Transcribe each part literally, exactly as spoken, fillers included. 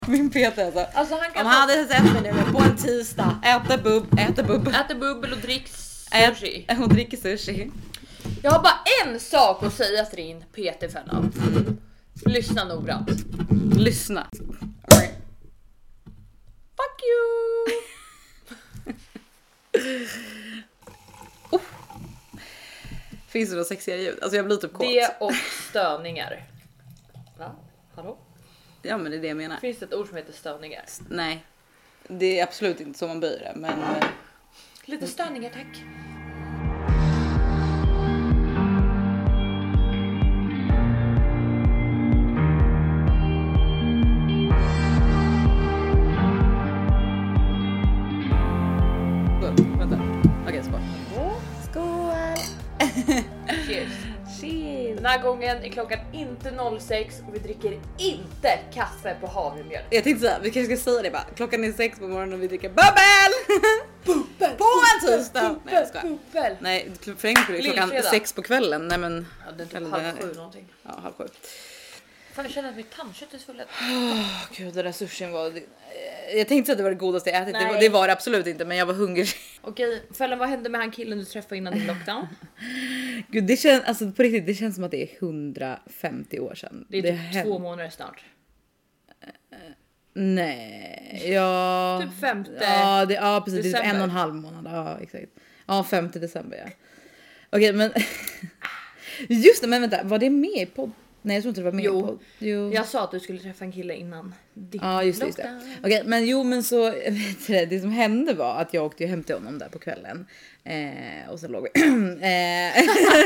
Min Peter alltså. Alltså han kan Om han hade sett mig nu på en tisdag, äter bubb, äter bubb, äter bubbel och dricker sushi. Ät, hon dricker sushi. Jag har bara en sak att säga till din Peter-fälla. Mm. Lyssna noggrant. Lyssna. Fuck you. oh. Finns det några sexiga ljud? Alltså jag blir typ kåt. Det och störningar. Va? Hallå? Ja men det är det jag menar. Finns det ett ord som heter störningar? Nej. Det är absolut inte så man böjer det, men... Lite störningar tack. Vänta. Okej, skål. Skål! Cheers. Cheers. Den här gången är klockan inte noll sex och vi dricker inte kaffe på havremjölk. Jag tänkte såhär, vi kanske ska säga det bara. Klockan är sex på morgonen och vi dricker bubbel! Bubbel! På en tisdag! Nej, jag skojar. Bubbel! Nej, för en gång är klockan Lillfredag. sex på kvällen. Nej men... Ja, det är typ eller- halv sju någonting. Ja, halv sju. Fan, jag känner att mitt tandkött är svullet. Åh gud, det där sushin var... det- Jag tänkte att det var det godaste jag ätit. Det var, Nej. det var det absolut inte, men jag var hungrig. Okej, Fällen, vad hände med han killen du träffade innan din lockdown? Gud, det känns, alltså på riktigt, det känns som att det är hundrafemtio år sedan. Det är typ hänt- två månader snart. Nej, ja... Typ femte Ja, det, ja precis. Det är typ december. en och en halv månad. Ja, exakt. Ja, femte december, ja. Okej, men... Just det, men vänta. Var det med i podd? Nej, jag tror inte det var med Jo. i podd. Jo. Jag sa att du skulle träffa en kille innan din Ja, just det. Just det. lockdown. Okej, men jo, men så... Vet du, det, det som hände var att jag åkte hem till honom där på kvällen. Eh, och så låg vi... eh,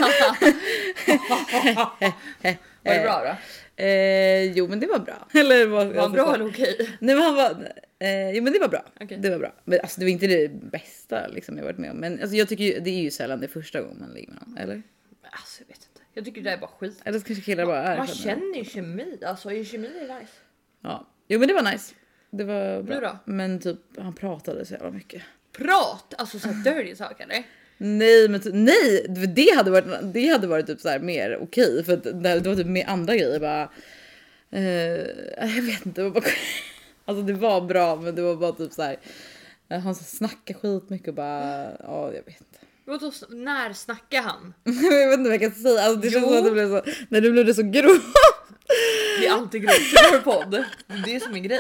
Var det bra då? eh, jo, men det var bra. Eller var, Var han bra eller okej? Nej, men han var... Eh, jo, men det var bra. Okej. Det var bra. Men alltså, det var inte det bästa liksom, jag varit med om. Men alltså, jag tycker ju, det är ju sällan det första gången man ligger med någon, eller? Alltså jag vet inte. Jag tycker det där är bara skit. Eller så kanske killar bara är Man sådana. känner ju kemi. Alltså ju kemi är nice. Ja. Jo, men det var nice. Det var bra. Nu då? Men typ, han pratade så jävla mycket. Prat! Alltså så här dirty saker eller? Nej, men typ, nej, det hade varit, det hade varit typ så här mer okej. För att det, det var typ med andra grejer bara... Eh, jag vet inte, det var bara... Alltså det var bra, men det var bara typ så här... Han snackade skit mycket och bara... Ja, jag vet inte. Vadå, när snackar han? Jag vet inte vad jag kan säga. Alltså, det känns Jo. som att det blev så... När du blev det så grovt. Det är alltid grovt i vår podd. Det är som en grej.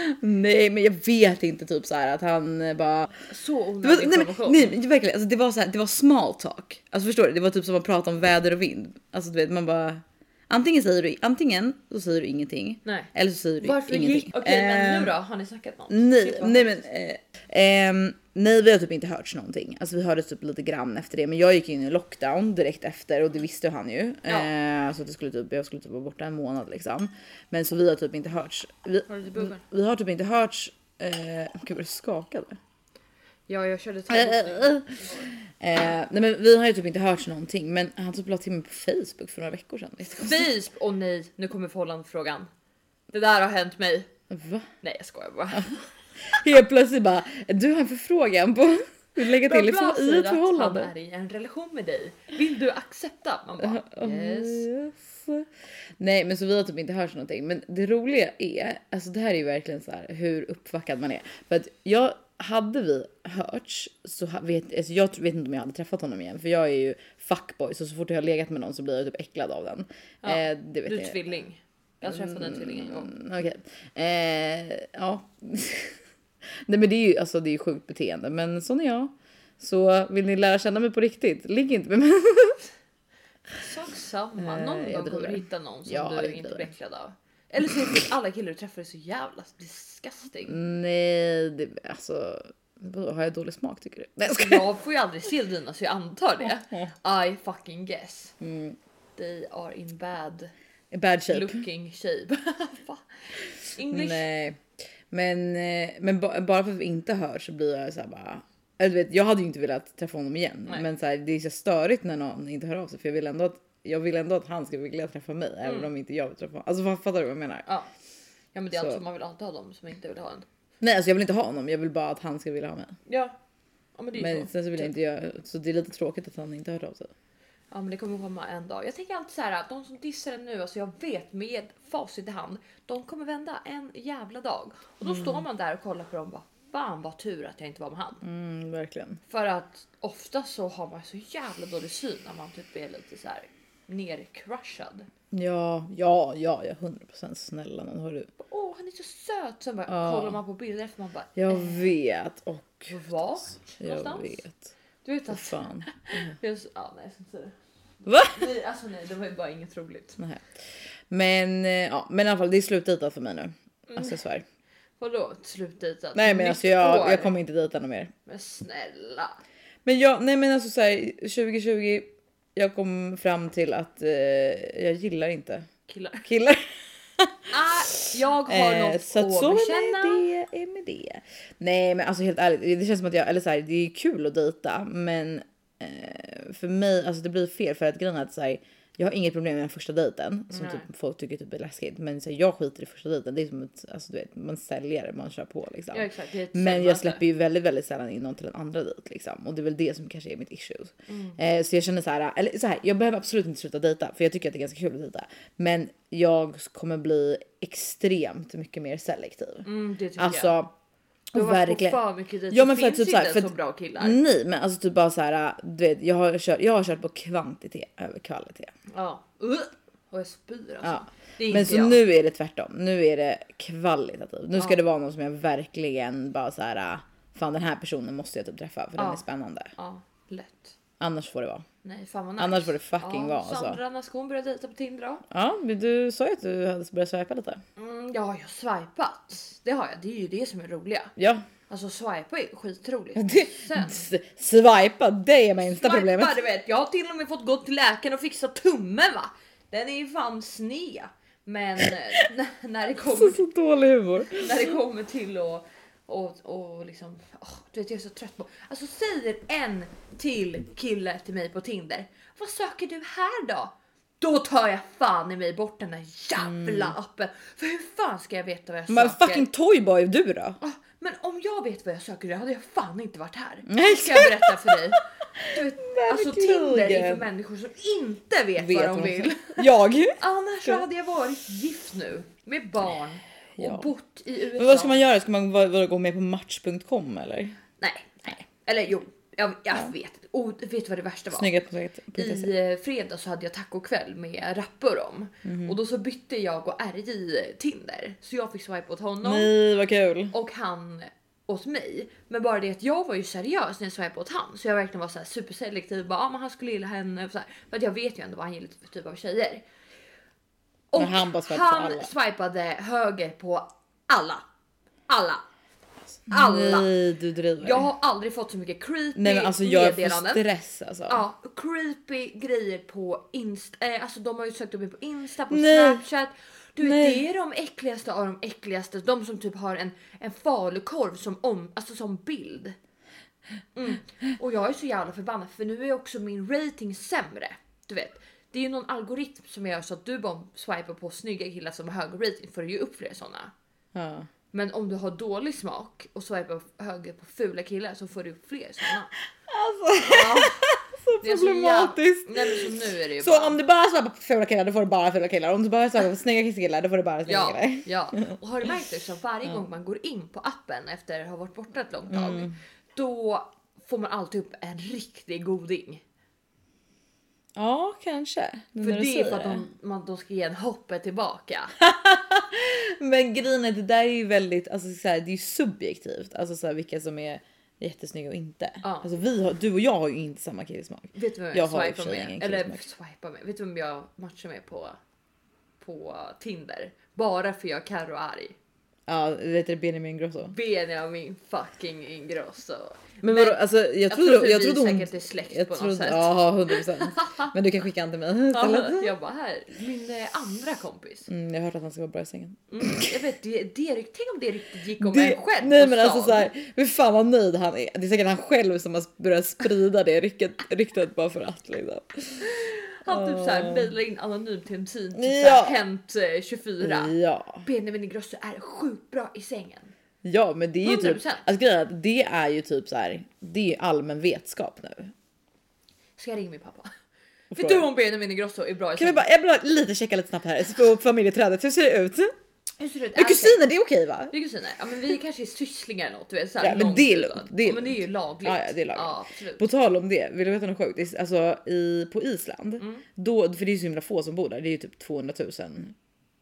Nej, men jag vet inte typ så här att han eh, bara... Så Det var, onödig nej, men, information. nej, men verkligen. Alltså, det var så här, det var small talk. Alltså förstår du? Det var typ som att prata om väder och vind. Alltså du vet, man bara... Antingen säger du, antingen så säger du ingenting. Nej. Eller så säger du Varför ingenting. gick... Okej, men Ehm, nu då? Har ni snackat något? Nej, Shit, vad nej men... hemskt. Eh, ehm, nej, vi har typ inte hört någonting. Alltså vi hörde typ lite grann efter det. Men jag gick in i lockdown direkt efter och det visste han ju. Ja. Eh, så att det skulle typ, jag skulle typ vara borta en månad liksom. Men så vi har typ inte hörts. Vi, Har du lite bubbel? vi har typ inte hörts... Eh, gud vad det skakade. Ja, jag körde Eh, träning. nej men vi har ju typ inte hört någonting. Men han typ la till mig på Facebook för några veckor sedan. Face! Åh nej, nu kommer förhållandefrågan. Det där har hänt mig. Va? Nej, jag skojar bara. Helt plötsligt bara, du har en förfrågan på att lägga till i, Bra för, i säger ett att han förhållande. är i en relation med dig. Vill du accepta? Man bara, yes. Yes. Nej, men så vi har typ inte hört någonting. Men det roliga är, alltså det här är ju verkligen så här hur uppvackad man är. För att jag, hade vi hörts så ha- vet alltså jag vet inte om jag hade träffat honom igen. För jag är ju fuckboy, så så fort jag har legat med någon så blir jag typ äcklad av den. Ja, eh, det vet Du är jag. tvilling. Jag träffade en tvilling en gång. Mm, Okej. Eh, ja. Nej, men det är ju alltså det är ju sjukt beteende, men sån är jag. Så vill ni lära känna mig på riktigt, ligg inte med mig. Sak samma. Eh, Någon jag gång kommer driver. du hitta någon som Ja, jag du inte driver. blir äcklad av. Eller så är det alla killar du träffar är så jävla disgusting. Nej, det, alltså vadå, har jag dålig smak tycker du? Nej, jag skojar. Jag får ju aldrig se dina så jag antar det. I fucking guess. Mm. They are in bad Bad shape. looking shape. Va? English. Nej, men eh, men ba, bara för att vi inte hör så blir jag så här bara. Jag vet, jag hade ju inte velat träffa honom igen, Nej. men så här, det är så störigt när någon inte hör av sig, för jag vill ändå att jag vill ändå att han ska vilja träffa mig, Mm. även om inte jag vill träffa honom. Alltså fattar du vad jag menar? Ja. Ja, men det är Så. alltså man vill alltid ha dem som inte vill ha en. Nej, alltså jag vill inte ha honom. Jag vill bara att han ska vilja ha mig. Ja. Ja, men det är ju Men så. sen så vill jag inte göra, så det är lite tråkigt att han inte hört av sig. Ja, men det kommer komma en dag. Jag tänker alltid så här att de som dissar en nu, alltså jag vet med facit i hand, de kommer vända en jävla dag. Och då mm. står man där och kollar på dem och bara, fan vad tur att jag inte var med han. Mm, verkligen. För att ofta så har man så jävla dålig syn när man typ är lite så här nercrushad. Ja, ja, ja, ja, hundra procent snälla någon har du. Åh, han är så söt. Sen bara ja. kollar man på bilder efter man bara. Jag eh, vet. Och vad? jag någonstans? vet. Du vet att... Fan. Mm. Jag, ja, nej, jag ska inte säga det. Va? Nej, alltså nej, det var ju bara inget roligt. Nej. Men, ja, men i alla fall, det är slutdejtat för mig nu. Alltså jag svär. Vadå slutdejtat? Nej men alltså jag, jag kommer inte dejta något mer. Men snälla. Men jag, nej men alltså såhär, tjugo tjugo, jag kom fram till att eh, jag gillar inte killar. Killar. Ah, jag har eh, något så att att så bekänna. med det är med det. Nej men alltså helt ärligt, det känns som att jag, eller såhär, det är kul att dejta, men eh, för mig, alltså det blir fel för att grejen är att såhär, jag har inget problem med den första dejten som Nej. typ folk tycker typ är läskigt, men så här, jag skiter i första dejten. Det är som att alltså, du vet, man säljer, man kör på liksom. Ja, exakt, det är ett men jag samarbete. släpper ju väldigt väldigt sällan in någon till en andra dejt liksom, och det är väl det som kanske är mitt issue. Mm. Eh, så jag känner så här, eller så här, jag behöver absolut inte sluta dejta för jag tycker att det är ganska kul att dejta, men jag kommer bli extremt mycket mer selektiv. Mm, det tycker alltså jag. Du har varit verkligen. på för mycket dejt. Ja, men det för att finns typ så här, inte för så att- bra killar. Nej men alltså typ bara så här, du vet, jag har kört, jag har kört på kvantitet över kvalitet. Ja. Uh, och jag spyr alltså. Ja. Det är Men inte så jag. nu är det tvärtom. Nu är det kvalitativt. Nu ska Ja. det vara någon som jag verkligen bara så här, fan den här personen måste jag typ träffa för Ja. den är spännande. Ja, lätt. Annars får det vara. Nej, fan vad nice. Annars får det fucking ja, vara, alltså. Sandra, när ska hon börja dejta på Tinder då? Ja, men du sa ju att du hade börjat swipa lite. Mm, ja, jag har swipat. Det har jag. Det är ju det som är roliga. Ja. Alltså swipa är skitroligt. Det, Sen. s- swipa, det är minsta problemet. Swipa, du vet. Jag har till och med fått gå till läkaren och fixa tummen va. Den är ju fan sned. Men eh, n- när det kommer Så, så dålig humor. när det kommer till och och och liksom åh, du vet jag är så trött på. Alltså säger en till kille till mig på Tinder. Vad söker du här då? Då tar jag fan i mig bort den där jävla appen. För hur fan ska jag veta vad jag Men söker? fucking toyboy du då? Ah, men om jag vet vad jag söker då hade jag fan inte varit här. Nej, Ska jag berätta för dig. Du vet, alltså Verkligen. Tinder är för människor som inte vet, Vet vad de vad de vill. Jag? Annars så hade jag varit gift nu med barn och Ja. bott i U S A. Men vad ska man göra? Ska man vad, vad, gå med på match punkt com eller? Nej, nej. Eller jo, jag, jag vet. Och vet du vad det värsta var? Snygga på sätt. I eh, fredag så hade jag tacokväll med Rappurom. Mhm. Och då så bytte jag och R J Tinder. Så jag fick swipe åt honom Nej vad kul. och han åt mig. Men bara det att jag var ju seriös när jag swipade åt han. Så jag verkligen var så här superselektiv. Bara, ah, men han skulle gilla henne. Och så här. För att jag vet ju ändå vad han gillar för typ av tjejer. Och Men han bara swipade på han alla. swipade höger på alla. Alla. Alla. Nej du driver. Jag har aldrig fått så mycket creepy Nej men alltså jag får meddelanden. stress alltså. Ja, creepy grejer på Insta. Eh, alltså de har ju sökt upp mig på Insta, på Nej. Snapchat. Du vet, Nej. det är de äckligaste av de äckligaste. De som typ har en, en falukorv som, om, alltså som bild. Mm. Och jag är så jävla förbannad för nu är också min rating sämre. Du vet, det är ju någon algoritm som gör så att du bara swipar på snygga killar som har hög rating får du ju upp fler sådana. Ja. Men om du har dålig smak och swipar höger på fula killar så får du upp fler sådana. Alltså Ja. så Det är så problematiskt. jävla- Nej men så nu är det ju Så bara... om du bara swipar på fula killar då får du bara fula killar. Om du bara swipar på snygga killar då får du bara snygga Ja, killar. ja. Och har du märkt det så varje gång man går in på appen efter att ha varit borta ett långt tag Mm. då får man alltid upp en riktig goding. Ja kanske. Nu För när du det är för säger att de, man, de ska ge en hoppet tillbaka. Men grejen är, det där är ju väldigt, alltså så här, det är ju subjektivt. Alltså så här, vilka som är jättesnygga och inte. Ja. Alltså vi har, du och jag har ju inte samma killsmak. Vet du vem Jag jag, har i och swipar för sig med? ingen Eller killsmak. swipar med. Vet du vem jag matchar med på, på Tinder? Bara för jag är Karo arg. Ja, vet du Benjamin Ingrosso. Benjamin fucking Ingrosso. Men vadå, alltså jag Jag trodde, tror jag vi trodde hon... säkert är släkt Jag på något trodde, sätt. ja hundra procent. Men du kan skicka han till mig istället. Ja, jag bara här, min eh, andra kompis. Mm, jag har hört att han ska vara bra i sängen. Mm, jag vet, det, det, tänk om det riktigt gick om Det, en själv nej på men alltså stan. så här, hur fan vad nöjd han är. Det är säkert han själv som har börjat sprida det ryktet, ryktet bara för att liksom. Han typ såhär mejlar in anonymt till en tid, typ Ja. såhär Hänt eh, tjugofyra. Ja. Benjamin Ingrosso är sjukt bra i sängen. Ja men det är ju hundra typ, procent. alltså grejen är att det är ju typ så här, det är allmän vetskap nu. Ska jag ringa min pappa? Vet du om Benjamin Ingrosso är bra i Kan vi bara, jag bara lite checka lite snabbt här på familjeträdet, hur ser det ut? Hur ser det ut? Är kusiner, det är okej va? Vi är kusiner. Ja men vi kanske är sysslingar eller något, du vet, så här, Ja, men det är lugnt, det är ja, men det är ju lagligt. Ja, ja, det är lagligt. Ja, absolut. På tal om det, vill du veta något sjukt? Alltså i, på Island, Mm. då, för det är så himla få som bor där, det är ju typ tvåhundratusen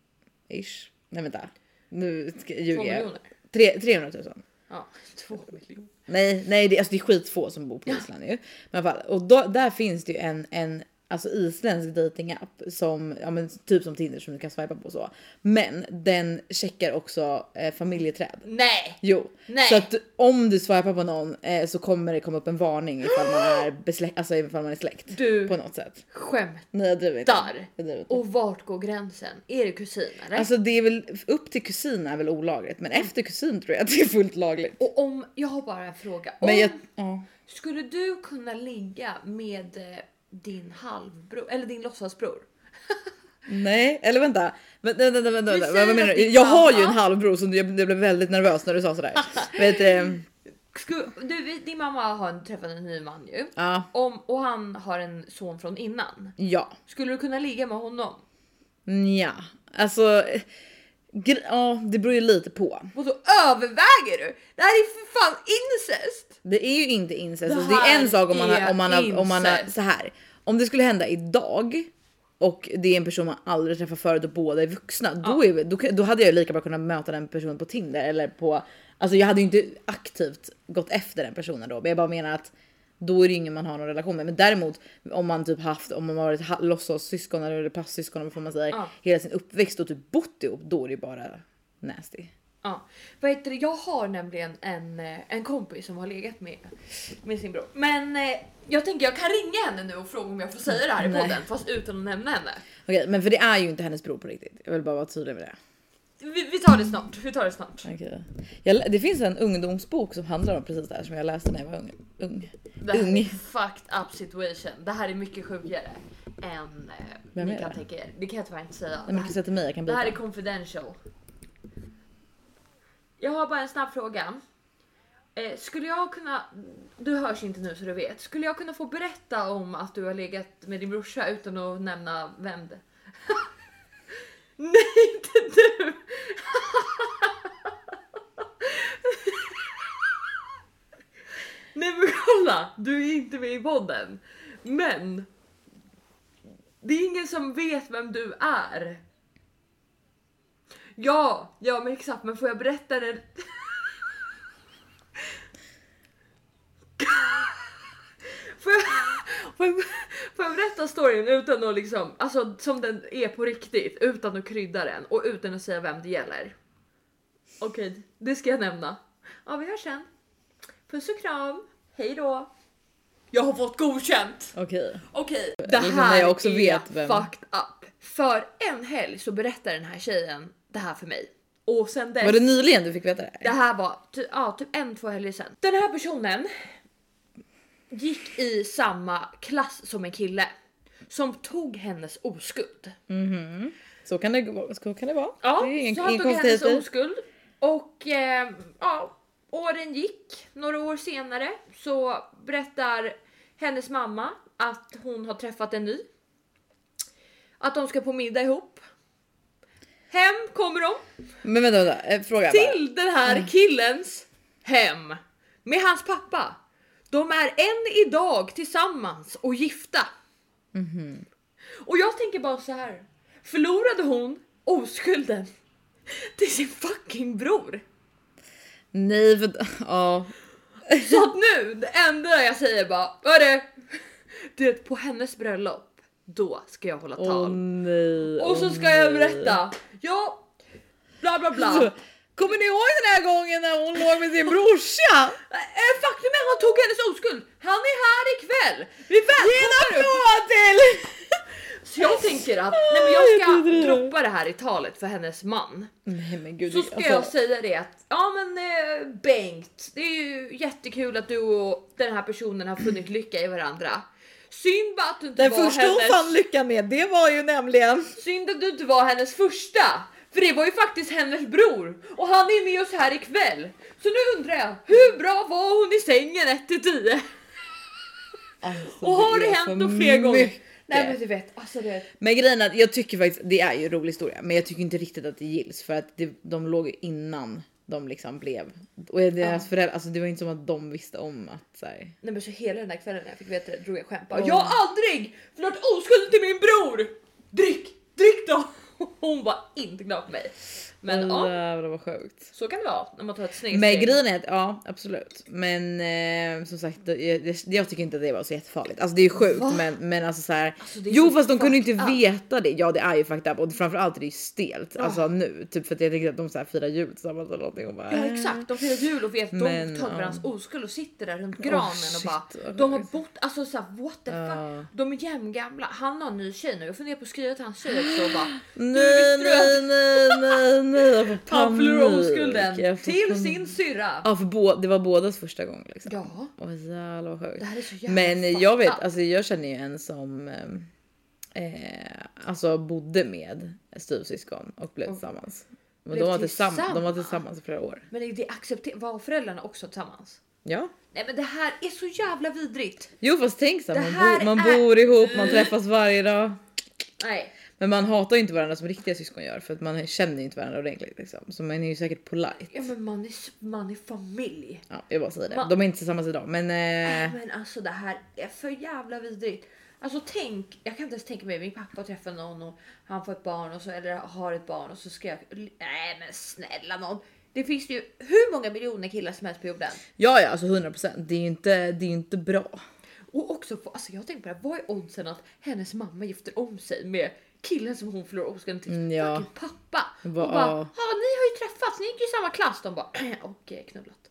ish. Nej vänta, nu ska, Två ljuger jag. miljoner. Tre, trehundratusen. Ja, två miljoner. Nej, nej, det, alltså det är skitfå som bor på Island ju. Men i alla fall, och då, där finns det ju en, en alltså isländsk datingapp som, ja men typ som Tinder som du kan swipa på så. Men den checkar också eh, familjeträd. Nej! Jo, Nej. så att om du swipar på någon eh, så kommer det komma upp en varning ifall man är besläkt, alltså ifall man är släkt Du på något sätt. skämt. Nej, jag driver inte. Där. Jag driver inte. Och vart går gränsen? Är det kusiner? Alltså det är väl upp till kusin är väl olagligt, men efter kusin tror jag att det är fullt lagligt. Och om, jag har bara en fråga. Om, Men jag, ja. Skulle du kunna ligga med eh, din halvbror eller din låtsasbror? Nej, eller vänta. Vänta, vänta, vänta, vänta. Vi Vad säger menar att du? din Jag har ju en mamma- halvbror så jag jag blev väldigt nervös när du sa sådär. Vet du? Skulle, du, din mamma har en, träffat en ny man ju. Ja, Om, och han har en son från innan. ja, Skulle du kunna ligga med honom? ja. Alltså, gre- ja, det beror ju lite på. Och så överväger du? Det här är för fan incest! Det är ju inte incest. Det Alltså, det är en här sak om man har, är om man har, om man har incest. så här. Om det skulle hända idag och det är en person man aldrig träffat förut och båda är vuxna, då, är, då, då hade jag lika bra kunnat möta den personen på Tinder eller på, alltså jag hade ju inte aktivt gått efter den personen då, men jag bara menar att då är det ingen man har någon relation med. Men däremot om man typ haft, om man varit ha- låtsassyskon eller passsyskon, vad får man säga, Ja. hela sin uppväxt och typ bott ihop, då är det bara nasty. Ja, vad heter det? Jag har nämligen en, eh, en kompis som har legat med, med sin bror. Men eh, jag tänker jag kan ringa henne nu och fråga om jag får säga det här i Nej. podden fast utan att nämna henne. Okej, men för det är ju inte hennes bror på riktigt. Jag vill bara vara tydlig med det. Vi, vi tar det snart. Vi tar det snart. Okej. Jag, det finns en ungdomsbok som handlar om precis det här som jag läste när jag var ung. ung. Det här Ung. är fucked up situation. Det här är mycket sjukare än eh, Vem ni är kan det? tänka er. Det kan jag tyvärr inte säga. Nej, Det men här, du sätter mig, jag kan det här är byta. confidential. Jag har bara en snabb fråga. Eh, skulle jag kunna, du hörs inte nu så du vet, skulle jag kunna få berätta om att du har legat med din brorsa utan att nämna vem det? Nej, inte du! Nej men kolla, du är inte med i podden. Men det är ingen som vet vem du är. Ja, ja men exakt, men får jag berätta det? Får jag, får, jag, får jag berätta storyn utan att liksom, alltså som den är på riktigt, utan att krydda den och utan att säga vem det gäller? Okej, det ska jag nämna. Ja, vi hörs sen. Puss och kram. Hej då. Jag har fått godkänt. Okej. Okej, det Liksom när här jag också är vet vem- fucked up. För en helg så berättar den här tjejen det här för mig. Och sen dess, Var det nyligen du fick veta det det här? här var ty- ja, typ en, två helger sedan. Den här personen gick i samma klass som en kille som tog hennes oskuld. Så kan det, gå- så kan det vara. Ja, det är ingen, så han ingen tog hennes konstigheter. oskuld. Och eh, ja, åren gick. Några år senare så berättar hennes mamma att hon har träffat en ny. Att de ska på middag ihop. Hem kommer de Men vänta, vänta. Eh, Fråga bara. till den här killens hem med hans pappa. De är än idag tillsammans och gifta. Och jag tänker bara så här. Förlorade hon oskulden till sin fucking bror? Nej, för, ja. Så att nu, det enda jag säger bara, hörru, du vet på hennes bröllop, då ska jag hålla tal. Åh nej. och så åh ska jag nej. berätta, ja, bla bla bla. Så, kommer ni ihåg den här gången när hon låg med sin brorsa? Eh, faktum är att han tog hennes oskuld. Han är här ikväll. Vi Ge en välkomnar upp. applåd till! Så jag tänker att nej, men jag ska Jag vet inte. droppa det här i talet för hennes man. Nej men gud. Så ska alltså, jag säga det att, ja men eh, Bengt, det är ju jättekul att du och den här personen har funnit lycka i varandra. Synd bara att du inte Den var första hon hennes... fann lycka med, det var ju nämligen... Synd att du inte var hennes första. För det var ju faktiskt hennes bror. Och han är med oss här ikväll. Så nu undrar jag, hur bra var hon i sängen ett till tio? Alltså, Och har det är hänt för då fler gånger? mycket. Nej men du vet, alltså det... Men grejen är att jag tycker faktiskt, det är ju en rolig historia, men jag tycker inte riktigt att det gills för att det, de låg innan de liksom blev. Och deras Ja. föräldrar, alltså det var inte som att de visste om att så här. Nej men så hela den där kvällen när jag fick veta det drog jag skämt. Bara, Åh. jag har aldrig förlorat oskulden till min bror! Drick! Drick då! Hon var inte glad på mig. Men Åh, ja, jävlar vad sjukt. så kan det vara när man tar ett snyggt Men steg. grejen är att, ja absolut. Men eh, som sagt, jag, jag, jag tycker inte att det var så jättefarligt. Alltså det är ju sjukt Va? men, men alltså så här. Alltså, det är Jo så fast de kunde inte fucked up. veta det. Ja det är ju fucked up och framförallt är det ju stelt. Ja. Alltså nu, typ för att jag tänkte att de så här firar jul tillsammans eller någonting och bara, Ja exakt, de firar jul och vet Men, de tar ja. varandras oskuld och sitter där runt granen och shit, bara vad de har sjukt. bott, alltså såhär what the fuck. Ja. De är jämngamla, han har en ny tjej nu. Jag funderar på att skriva till hans tjej också och bara Nej, nej, nej, nej, nej, jag får han förlorar panik. oskulden Jag får till panik. sin syrra. Ja, för bå- det var bådas första gång liksom. Ja, Åh jävlar vad sjukt. det här är så jävla Men jag vet, fucked up. alltså jag känner ju en som eh, alltså bodde med styvsyskon och blev Och tillsammans. Men blev de var, tillsammans, de var tillsammans? tillsammans i flera år. Men är det accepterat? Var föräldrarna också tillsammans? Ja. Nej men det här är så jävla vidrigt. Jo fast tänk så, Det man, här bo- man är- bor ihop, man träffas varje dag. Nej. Men man hatar ju inte varandra som riktiga syskon gör för att man känner ju inte varandra ordentligt liksom. Så man är ju säkert polite. Ja men man är, man är familj. Ja, jag bara säger det. Man- De är inte tillsammans idag men eh, Men alltså det här är för jävla vidrigt. Alltså tänk, jag kan inte ens tänka mig min pappa träffar någon och han får ett barn och så eller har ett barn och så ska jag, nej men snälla någon. Det finns ju hur många miljoner killar som helst på jorden. ja, ja, alltså hundra procent. Det är ju inte, det är ju inte bra. Och också, få- alltså jag tänker på det här, vad är oddsen att hennes mamma gifter om sig med killen som hon förlorar oskulden till Mm, ja. fucking pappa. Va- och bara, ja. ja ni har ju träffats, ni gick ju i samma klass. De bara, och eh, knullat.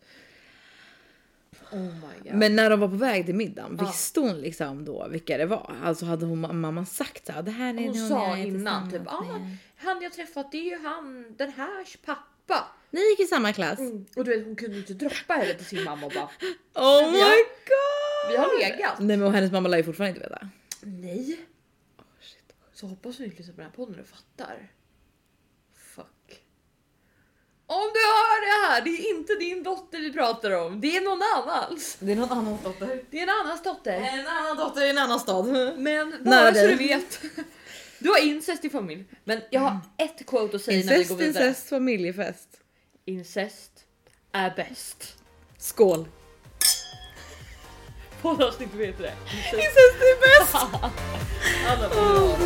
Oh my god. Men när de var på väg till middagen, Ja. visste hon liksom då vilka det var? Alltså hade hon mamman sagt så här, det här är hon någon sa jag är innan typ, tillsammans ja med." han jag träffat det är ju han, den här pappa. Ni gick i samma klass. Mm. Och du vet hon kunde inte droppa heller till sin mamma och bara, Oh Men my vi har- god! vi har legat. Nej men och hennes mamma lär ju fortfarande inte veta. Nej. Oh, shit. Så hoppas hon inte lyssnar på den här podden och fattar. Fuck. Om du hör det här, det är inte din dotter vi pratar om. Det är någon annans. Det är någon annans dotter. Det är en annans dotter. En annan dotter i en annan stad. Men Nära bara så dig. du vet. Du har incest i familj. Men jag har ett quote att säga när vi Incest, går vidare. incest, familjefest. Incest är bäst. Skål! Poddavsnitt vet det. Incest. Incest är bäst! Alla får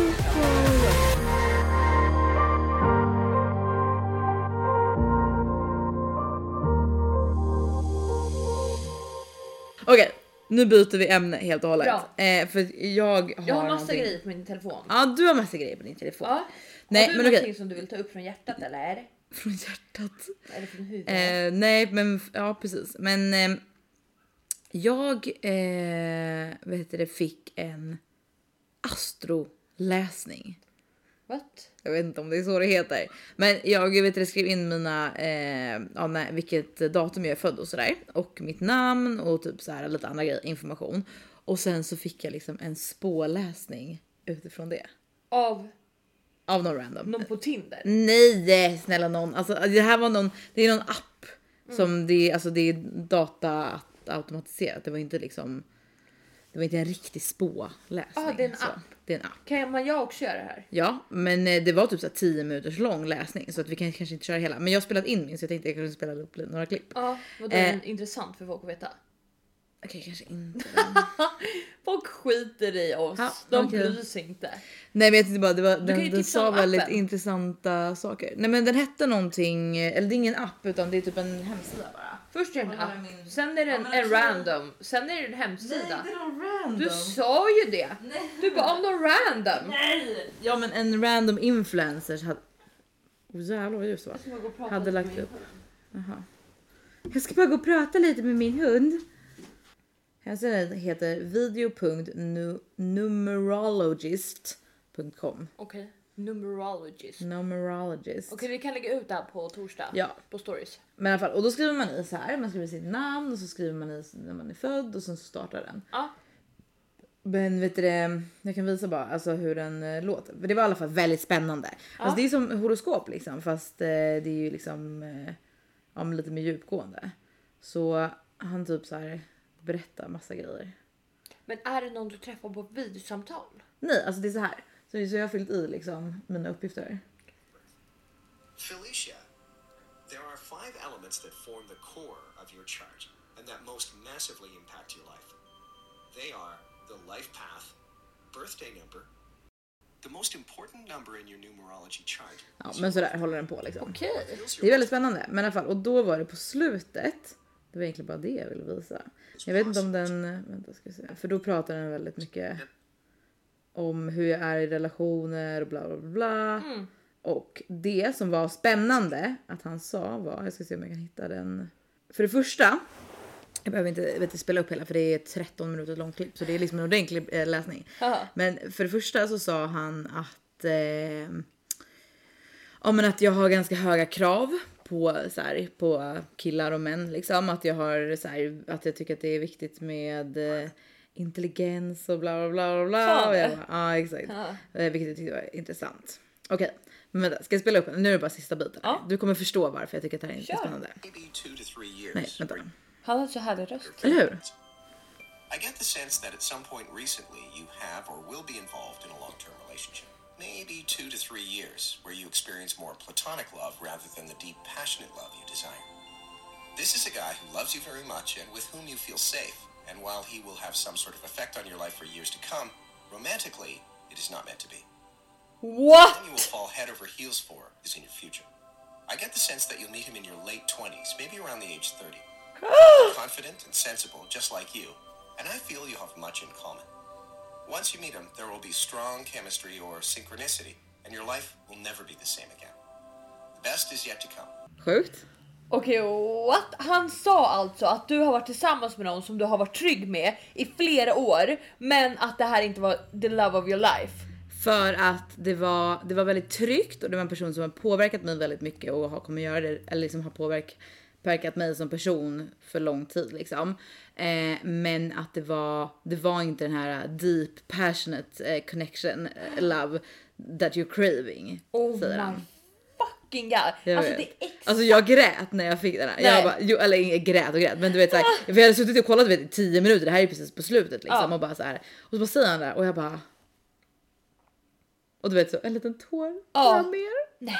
Okej, nu byter vi ämne helt och hållet. Bra. Eh, för jag har, Jag har massa någonting- grejer på min telefon. Ja, du har massa grejer på din telefon. Ja. Nej, har du men okej. någonting som du vill ta upp från hjärtat eller? Från hjärtat. Eller från huvudet? Eh, nej, men ja, precis. Men eh, jag eh, vet du, det fick en astroläsning. What? Jag vet inte om det är så det heter. Men jag vet, jag skrev in mina, eh, ja, nej, vilket datum jag är född och sådär. Och mitt namn och typ så här lite andra grejer, information. Och sen så fick jag liksom en spåläsning utifrån det. Av Av någon random. någon på Tinder? Nej, snälla någon. Alltså det här var någon, det är någon app som det är, alltså det är data automatiserat. Det var inte liksom, det var inte en riktig spåläsning. Ah, det är en så. app. Det är en app. Kan man jag också göra det här? Ja, men eh, det var typ så här tio minuters lång läsning så att vi kan kanske inte köra hela. Men jag har spelat in min så jag tänkte jag kunde spela upp lite- några klipp. Ja, vadå Eh. intressant för folk att veta. Okej, kanske inte. Folk skiter i oss. Ja, De okej. bryr sig inte. Nej, men jag tyckte bara det var, kan ju den, den tipsa sa om väldigt appen. intressanta saker. Nej, men den hette någonting, eller det är ingen app utan det är typ en hemsida bara. Först är det en Ja, det är app, min- sen är det en, Ja, men en också- random, sen är det en hemsida. är någon random. Du sa ju det. Nej. Du bara om någon random. Nej! Ja, men en random influencers hade... Oh, jävlar vad ljust det var. Hade lagt upp. Jaha. Jag ska bara gå och prata lite med min hund. Hemsidan heter video punkt numerologist punkt com. Okej, numerologist. Numerologist. Okej, vi kan lägga ut det här på torsdag. Ja. På stories. Men i alla fall, och då skriver man i så här, man skriver sitt namn och så skriver man i när man är född och sen så startar den. Ja. Men vet du det, jag kan visa bara alltså hur den eh, låter. För det var i alla fall väldigt spännande. Ja. Alltså det är som horoskop liksom, fast eh, det är ju liksom eh, ja, men lite mer djupgående. Så han typ så här berättar massa grejer. Men är det någon du träffar på videosamtal? Nej, alltså det är så här. Så, så jag har fyllt i liksom mina uppgifter. Felicia, there are five elements that form the core of your chart and that most massively impact your life. They are the life path, birthday number, the most important number in your numerology chart. Ja, men så där håller den på liksom. Okej. Det är väldigt spännande, men i alla fall, och då var det på slutet. Det var egentligen bara det jag ville visa. Jag vet inte om den, vänta ska vi se. För då pratar den väldigt mycket om hur jag är i relationer och bla bla bla. Mm. Och det som var spännande att han sa var, jag ska se om jag kan hitta den. För det första, jag behöver inte, vet inte spela upp hela för det är tretton minuter långt klipp. Så det är liksom en ordentlig eh, läsning. Aha. Men för det första så sa han att, eh, ja, men att jag har ganska höga krav på, så här, på killar och män. Liksom. Att, jag har, så här, att jag tycker att det är viktigt med... Eh, intelligens och bla bla bla bla. Och jag bara, ja, exakt. Ja. Vilket jag tyckte var intressant. Okej, okay. Men vänta, ska jag spela upp? Nu är det bara sista biten. Ja. Du kommer förstå varför jag tycker att det här är Kör. spännande. Nej, vänta. Han har så härlig röst. Eller hur? I get the sense that at some point recently you have or will be involved in a long-term relationship. Maybe two to three years where you experience more platonic love rather than the deep, passionate love you desire. This is a guy who loves you very much and with whom you feel safe. And while he will have some sort of effect on your life for years to come, romantically, it is not meant to be. What? The you will fall head over heels for is in your future. I get the sense that you'll meet him in your late twenties, maybe around the age thirty. Confident and sensible, just like you, and I feel you have much in common. Once you meet him, there will be strong chemistry or synchronicity, and your life will never be the same again. The best is yet to come. Sjukt. Okej, okay, what? Han sa alltså att du har varit tillsammans med någon som du har varit trygg med i flera år, men att det här inte var the love of your life. För att det var, det var väldigt tryggt och det var en person som har påverkat mig väldigt mycket och har kommer göra det, eller liksom har påverk, påverkat mig som person för lång tid liksom. Eh, men att det var, det var inte den här deep, passionate eh, connection, eh, love that you're craving. Oh säger my han. fucking god. Jag alltså vet. det är exakt. Alltså jag grät när jag fick den här. Nej. Jag bara, jo, eller jag grät och grät. Men du vet såhär, för jag hade suttit och kollat vet, i tio minuter. Det här är precis på slutet liksom. Ja. Och bara så här. Och så bara säger han där och jag bara. Och du vet så, en liten tår. Ja. Ner. Nej.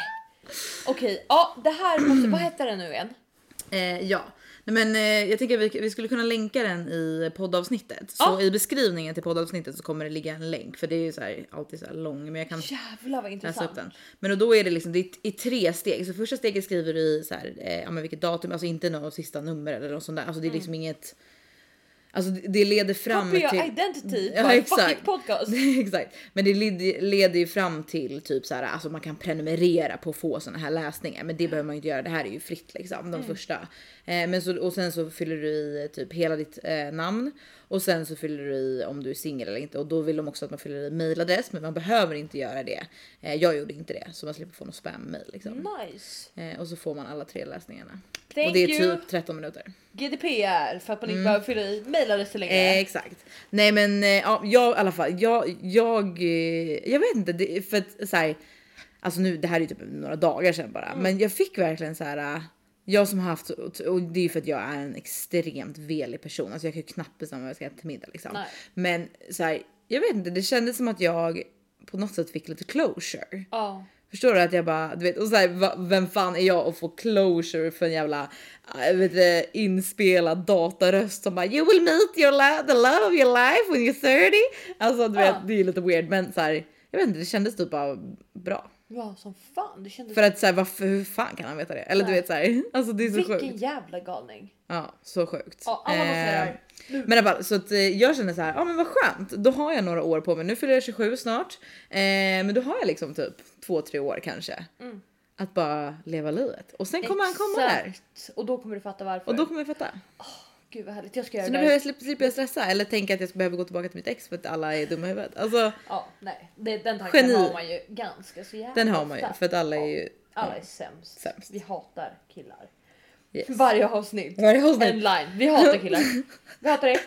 Okej, okay. Ja det här måste, vad heter den nu igen? Eh, ja. Nej, men eh, jag tänker att vi, vi skulle kunna länka den i poddavsnittet. Så Ja. i beskrivningen till poddavsnittet så kommer det ligga en länk. För det är ju så här, alltid så här lång. Men jag kan Jävlar vad läsa upp intressant. den. Men och då är det liksom det är i tre steg. Så första steget skriver du i så här, eh, ja, men vilket datum. Alltså inte något sista nummer eller något sånt där. Alltså det är liksom inget... Alltså det, det leder fram Copy till... your identity. Ja, Ja, exakt. exakt. Podcast. Exakt. Men det leder, leder ju fram till typ så här, alltså man kan prenumerera på att få såna här läsningar, men det behöver man ju inte göra. Det här är ju fritt liksom, de Mm. första. Eh, men så, och sen så fyller du i typ hela ditt eh, namn och sen så fyller du i om du är singel eller inte och då vill de också att man fyller i mailadress, men man behöver inte göra det. Eh, jag gjorde inte det så man slipper få någon spam-mail liksom. Nice. Eh, och så får man alla tre läsningarna. Thank och det är you. typ tretton minuter. G D P R för att man inte Mm. behöver fylla i mailadress längre. Eh, exakt. Nej men eh, ja, jag i alla fall. Jag, jag, eh, jag vet inte. Det, för att så här, alltså nu det här är ju typ några dagar sedan bara. Mm. Men jag fick verkligen så här. eh, Jag som har haft, och det är ju för att jag är en extremt velig person. Alltså jag kan ju knappt bestämma vad jag ska äta till middag liksom. Nej. Men så här, jag vet inte. Det kändes som att jag på något sätt fick lite closure. Ja. Förstår du att jag bara, du vet, och så här, va, vem fan är jag att få closure för en jävla jag vet inte, inspelad dataröst som bara you will meet your la- the love of your life when you're thirty. Alltså du Ja. vet, det är lite weird men så här, jag vet inte, det kändes typ bara bra. Ja som fan. Det kändes... För att så här, varför, hur fan kan han veta det? Eller Nej. du vet så här, alltså det är så Vilken sjukt. jävla galning. Ja, så sjukt. Ja, alla måste göra det. Eh, men i alla fall, så att eh, jag känner så här, ja men vad skönt. Då har jag några år på mig. Nu fyller jag tjugosju snart. Eh, men då har jag liksom typ två, tre år kanske. Mm. Att bara leva livet. Och sen kommer han komma där. Exakt. Och då kommer du fatta varför. Och då kommer jag fatta. Gud vad härligt. Jag ska göra Så det nu där. behöver jag slippa, slippa jag stressa. Eller tänka att jag behöver gå tillbaka till mitt ex för att alla är dumma i huvudet. Alltså Ja, nej. Det, den tanken Geni. har man ju ganska så jävla den har man ju. ofta. För att alla är ju... Alla är sämst. Sämst. Vi hatar killar. Yes. Varje avsnitt. Varje avsnitt. En line. Vi hatar killar. Vi hatar det.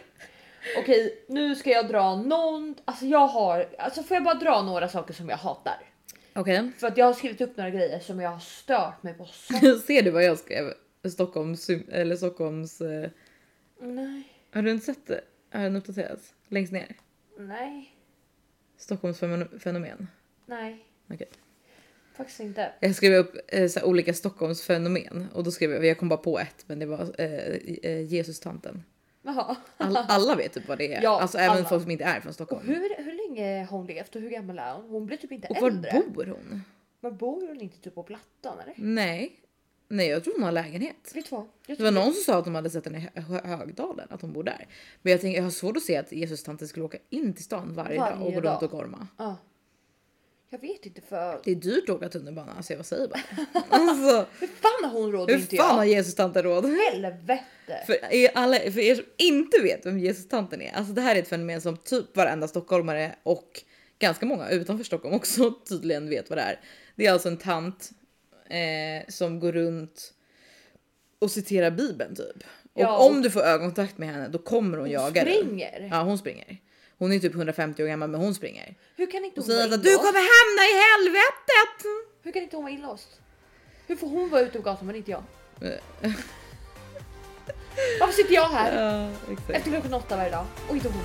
Okej, nu ska jag dra någon... Alltså jag har... Alltså får jag bara dra några saker som jag hatar? Okej. För att jag har skrivit upp några grejer som jag har stört mig på så... Ser du vad jag skrev? Stockholms... Eller Stockholms... Eh... Nej. Har du inte sett det? Har den uppdaterats? Längst ner? Nej. Stockholms fenomen. Nej, Okej. faktiskt inte. Jag skrev upp eh, så här, olika Stockholms fenomen och då skrev jag, jag kom bara på ett, men det var eh, eh, Jesus-tanten. Jaha. All, alla vet typ vad det är. Ja, alltså även alla. folk som inte är från Och Stockholm. hur, hur länge har hon levt och hur gammal är hon? Hon blir typ inte Och var äldre. bor hon? Men bor hon inte typ på Plattan eller? Nej. Nej, jag tror hon har lägenhet. Vet du vad? Jag Det var tror- någon som sa att de hade sett henne i Hö- Högdalen, att hon bor där. Men jag tänker, jag har svårt att se att Jesus-tanten skulle åka in till stan varje, Varje dag och gå dag. runt och gorma. Ja. Jag vet inte för... Det är dyrt att åka tunnelbana, alltså jag säger bara. Alltså, Hur fan har hon råd? hur Inte fan jag. har Jesus-tanten råd? Helvete. För er, alla, för er som inte vet vem Jesus-tanten är, alltså det här är ett fenomen som typ varenda stockholmare och ganska många utanför Stockholm också tydligen vet vad det är. Det är alltså en tant eh, som går runt och citerar Bibeln typ. Och Ja. om du får ögonkontakt med henne då kommer hon, Hon jaga dig. springer. Ja, hon springer. Hon är typ hundrafemtio år gammal men hon springer. Hur kan inte Och hon vara säger att du inlåst? kommer hamna i helvetet! Hur kan inte hon vara inlåst? Hur får hon vara ute på gatan men inte jag? Varför sitter jag här Ja, exakt. efter klockan åtta varje dag och inte hon?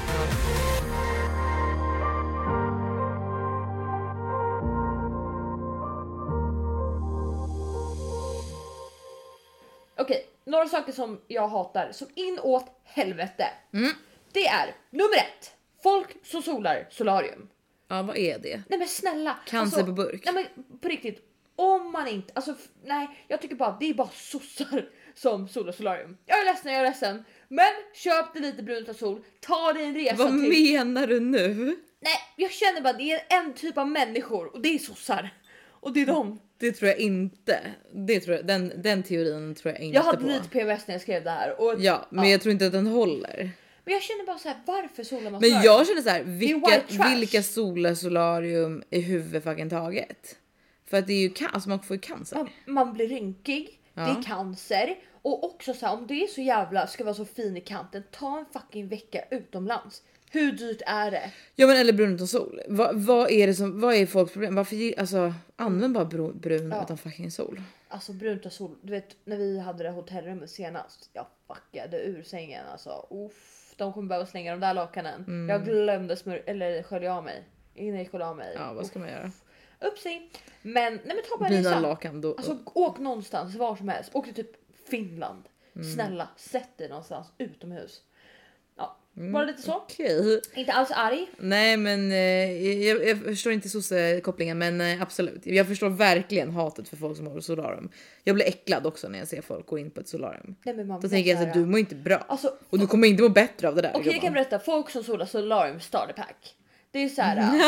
Okej, några saker som jag hatar som inåt helvete. Mm. Det är nummer ett. Folk som solar solarium. Ja, vad är det? Nej men snälla. Cancer alltså, på burk. Nej men på riktigt. Om man inte, alltså f- nej jag tycker bara det är bara sossar som solar solarium. Jag är ledsen, jag är ledsen. Men köp dig lite brunt av sol. Ta dig en resa Vad till. menar du nu? Nej jag känner bara det är en typ av människor och det är sossar. Och det är dem. Det tror jag inte. Det tror jag, den, den teorin tror jag inte Jag hade på. lite P M S när jag skrev det här. Och, Ja, men jag tror inte att den håller. Men jag känner bara så här, varför solar man Men solarium? jag känner så här, vilka, white trash. vilka solar solarium i huvudet fucking taget? För att det är ju ca- alltså man får ju cancer. Ja, man blir rynkig, Ja. det är cancer och också så här, om det är så jävla ska vara så fin i kanten, ta en fucking vecka utomlands. Hur dyrt är det? Ja, men eller brun utan sol. Va, vad är det som, vad är folks problem? Varför ge- alltså använd bara brun, brun Ja. utan fucking sol. Alltså brunt och sol, du vet när vi hade det hotellrummet senast, jag fuckade ur sängen alltså. Uff, de kommer behöva slänga de där lakanen. Mm. Jag glömde smör eller skölja av mig. Innan jag skölja av mig. Ja, vad ska man göra? Upsi. Men nej men ta bara en Mina resa. lakan då. Alltså åk någonstans var som helst. Åk till typ Finland. Mm. Snälla sätt dig någonstans utomhus. Ja, Mm. bara lite så. Okej. Inte alls arg. Nej, men eh, jag, jag förstår inte sosse-kopplingen, men eh, absolut. Jag förstår verkligen hatet för folk som har solarium. Jag blir äcklad också när jag ser folk gå in på ett solarium. Nej, men man Då blir tänker jag så att här- du mår inte bra. Alltså, Och du kommer inte må bättre av det där. okej jag kan gumman. berätta. Folk som solar solarium starter pack. Det är så här.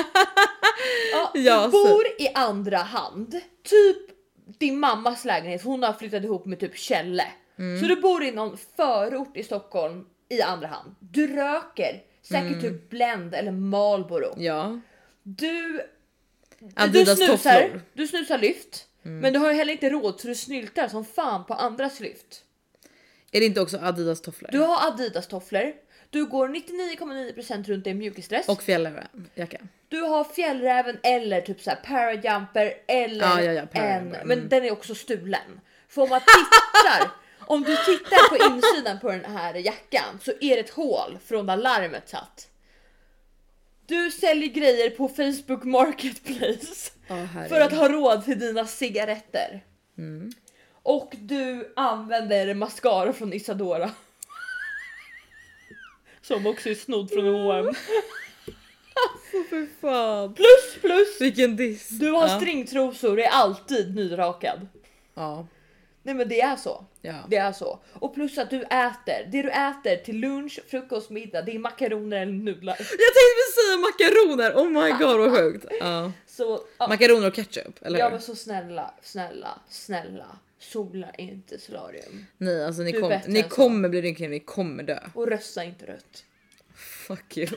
ja, du Ja, så- bor i andra hand. Typ din mammas lägenhet. Hon har flyttat ihop med typ Kjelle. Mm. Så du bor i någon förort i Stockholm i andra hand. Du röker. Säkert Mm. typ Blend eller Marlboro. Ja. Du Adidas du snusar, tofflor. du snusar lyft. Mm. Men du har ju heller inte råd så du snyltar som fan på andras lyft. Är det inte också Adidas tofflor? Du har Adidas tofflor. Du går nittionio komma nio procent runt i en mjukisdress. Och fjällräven jacka. Du har fjällräven eller typ så här parajumper eller Ja, ja, ja, en. parajumper, Men mm. den är också stulen. För om man tittar, om du tittar på insidan på den här jackan så är det ett hål från där larmet satt. Du säljer grejer på Facebook Marketplace. Oh, herregud. För att ha råd till dina cigaretter. Mm. Och du använder mascara från Isadora. Som också är snodd från H och M. Alltså för fan. Plus plus. Vilken diss. Du har ja. stringtrosor, är alltid nyrakad. Ja. Nej men det är så. Ja. Det är så. Och plus att du äter. Det du äter till lunch, frukost, middag. Det är makaroner eller nudlar. Jag tänkte precis säga makaroner. Oh my god vad sjukt. Ja. Så, ja, Makaroner och ketchup, eller ja hur? men så snälla, snälla, snälla. Sola inte solarium. Nej, alltså ni, Du är kom, bättre ni än så. kommer bli rynkade, ni kommer dö. Och rösta inte rött. Fuck you.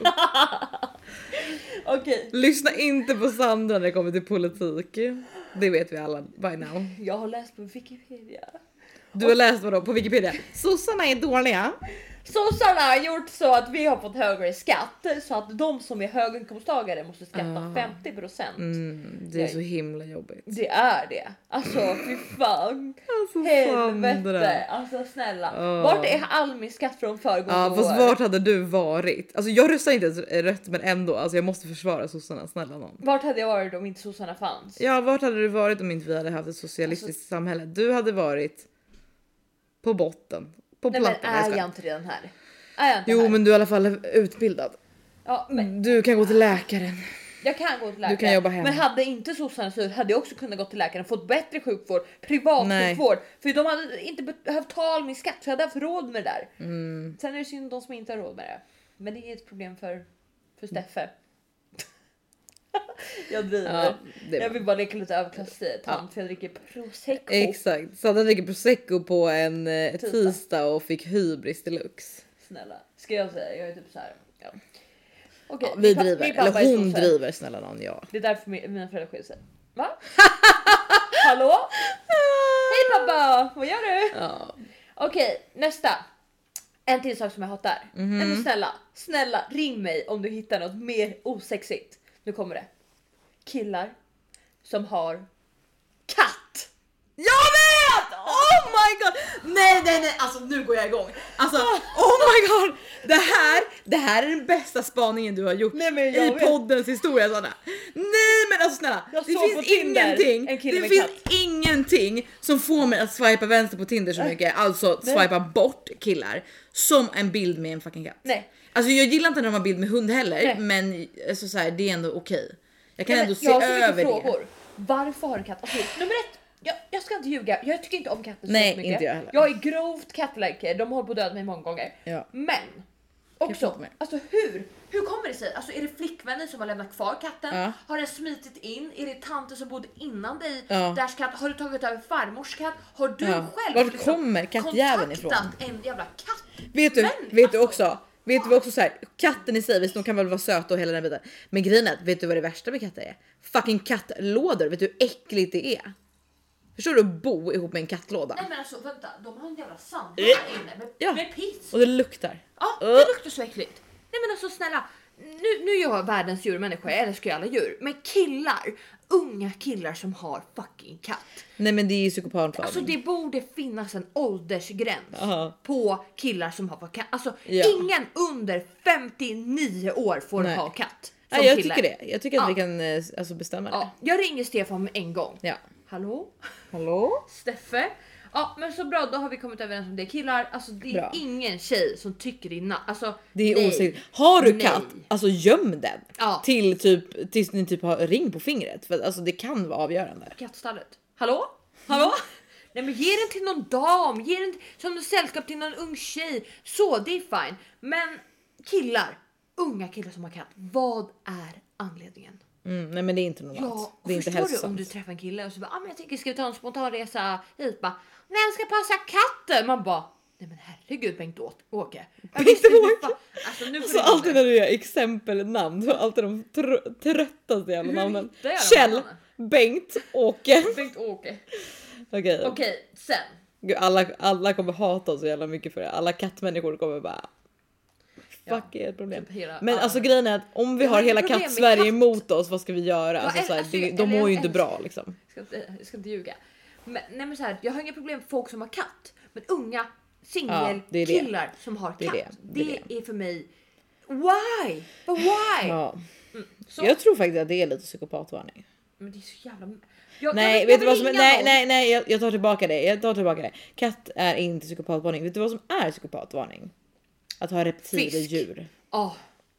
Okej, Lyssna inte på Sandra när det kommer till politik. Det vet vi alla by now. jag har läst på Wikipedia. Du har läst vad då på Wikipedia? Sossarna är dåliga. sossarna har gjort så att vi har fått högre skatt så att de som är höginkomsttagare måste skatta Ah. femtio procent. Mm, det är så himla jobbigt. Det är det. Alltså fy fan. Alltså, Helvete. Alltså snälla. Oh. Vart är all min skatt från föregående Ja, år? fast vart hade du varit? Alltså jag röstar inte ens rött, men ändå. Alltså jag måste försvara sossarna, snälla någon. Vart hade jag varit om inte sossarna fanns? Ja, vart hade du varit om inte vi hade haft ett socialistiskt Alltså- samhälle? Du hade varit på botten. På Nej men plattan. är ska- jag inte redan här? Är jag inte Jo, här? men du är i alla fall utbildad. Ja, men Du kan gå till läkaren. jag kan gå till läkaren. kan jobba hemma. Men hade inte sossarna så hade jag också kunnat gå till läkaren och fått bättre sjukvård, privat Nej. sjukvård. För de hade inte behövt ta all min skatt så jag hade haft råd med det där. Mm. Sen är det synd de som inte har råd med det. Men det är ett problem för, för Steffe. Jag driver. Ja, det är jag bra. vill bara leka lite överklassig tant för jag dricker prosecco. Exakt. Så hade dricker prosecco på en eh, Tisdag. tisdag och fick hybris deluxe. Snälla. Ska jag säga? Jag är typ så här. Ja. Okej, Ja, vi min pa- driver. min pappa Eller är hon sosse. driver, snälla någon. Ja. Det är därför mi- mina föräldrar skiljer sig. Va? Hallå? Hej pappa! Vad gör du? Ja. Okej, nästa. En till sak som jag hatar. Mhm. Nej men snälla, snälla ring mig om du hittar något mer osexigt. Nu kommer det. Killar som har katt. Jag vet! Oh my god! Nej, nej, nej, alltså nu går jag igång. Alltså, oh my god! Det här, det här är den bästa spaningen du har gjort Nej, men jag i vet. poddens historia, Sanna. Nej, men alltså snälla, Jag det såg på finns Tinder ingenting. en kille Det med finns katt. ingenting som får mig att swipa vänster på Tinder så mycket, alltså swipa bort killar som en bild med en fucking katt. Nej. Alltså jag gillar inte när de har bild med hund heller, Nej. men alltså, så här, det är ändå okej. Jag kan Nej, ändå men se jag har så mycket över frågor. det. Varför har en katt? Alltså, nummer ett. Jag, jag ska inte ljuga. Jag tycker inte om katter så Nej, mycket. inte jag heller. Jag är grovt kattlike. De har på död mig många gånger. Ja. Men Jag också, fattar mig. alltså hur? Hur kommer det sig? Alltså är det flickvänner som har lämnat kvar katten? Ja. Har den smitit in? Är det tanter som bodde innan dig? Ja. Ders katt? Har du tagit över farmors katt? Har du Ja. själv Vart kommer kattjäveln ifrån? kontaktat en jävla katt? Vet du, Men, vet du alltså, också? Vet du vad också så här, katten i sig, visst de kan väl vara söta och hela den biten. Men grejen är att, vet du vad det värsta med katter är? Fucking kattlådor, vet du hur äckligt det är? Förstår du att bo ihop med en kattlåda? Nej men alltså vänta, de har en jävla sand här inne med, Ja. med piss. Och det luktar. Ja, Uh. det luktar så äckligt. Nej men alltså snälla, nu, nu är jag världens djurmänniska, jag älskar ju alla djur. Men killar, unga killar som har fucking katt. Nej men det är ju psykopatvarning. Alltså det borde finnas en åldersgräns Aha. på killar som har katt. Alltså Ja. ingen under femtionio år får Nej. ha katt. Som Nej, jag kille. tycker det. Jag tycker att Ja. vi kan eh, alltså bestämma det. Ja, jag ringer Stefan en gång. Ja. Hallå? Hallå? Steffe? Ja men så bra, då har vi kommit överens om det. Killar, alltså det är Bra. ingen tjej som tycker det är na- alltså, Det är nej. osäkert. Har du Nej. katt, alltså göm den. Ja. Till typ, tills ni typ har ring på fingret. För att, alltså det kan vara avgörande. Kattstallet. Hallå? Hallå? Nej men ge den till någon dam, ge den som sällskap till någon ung tjej. Så det är fine. Men killar, unga killar som har katt, vad är anledningen? Mm, nej men det är inte normalt. Ja, det är inte förstår du hälsosamt. om du träffar en kille och så bara, ah, men jag tänker ska vi ta en spontan resa hit, bara, vem ska passa katten? Man bara, nej men herregud Bengt Å- Åke. Jag Bengt visste inte Åke? fan- Alltså nu får Alltså du alltid när du gör exempelnamn så är alltid de tr- tröttaste jävla Hur namnen. hittar jag de Kjell, namnen? Bengt, Åke. Bengt Åke. Okej. Okej, sen. Gud, alla, alla kommer hata oss så jävla mycket för det. Alla kattmänniskor kommer bara... Fuck Ja, är ett problem. typ hela- Men ja. alltså grejen är att om vi Jag har har inga hela problem med katt-Sverige katt. emot oss, vad ska vi göra? Alltså, Jag så här, äl- det, alltså, de eller mår ju jag inte bra älskar- liksom. Ska inte, jag ska inte ljuga. Men, nej men så här, jag har inga problem med folk som har katt. Men unga Ja, singelkillar det är det. som har katt. Det är Det, det, det är är för mig... Why? But why? Ja. Så, Jag tror faktiskt att det är lite psykopatvarning. men det är så jävla... Jag, Nej, jag, vet jag du vad vill som är? ringa Nej, någon. nej, nej, jag, jag tar tillbaka det. Jag tar tillbaka det. Katt är inte psykopatvarning. Vet du vad som är psykopatvarning? Att ha reptildjur. Åh.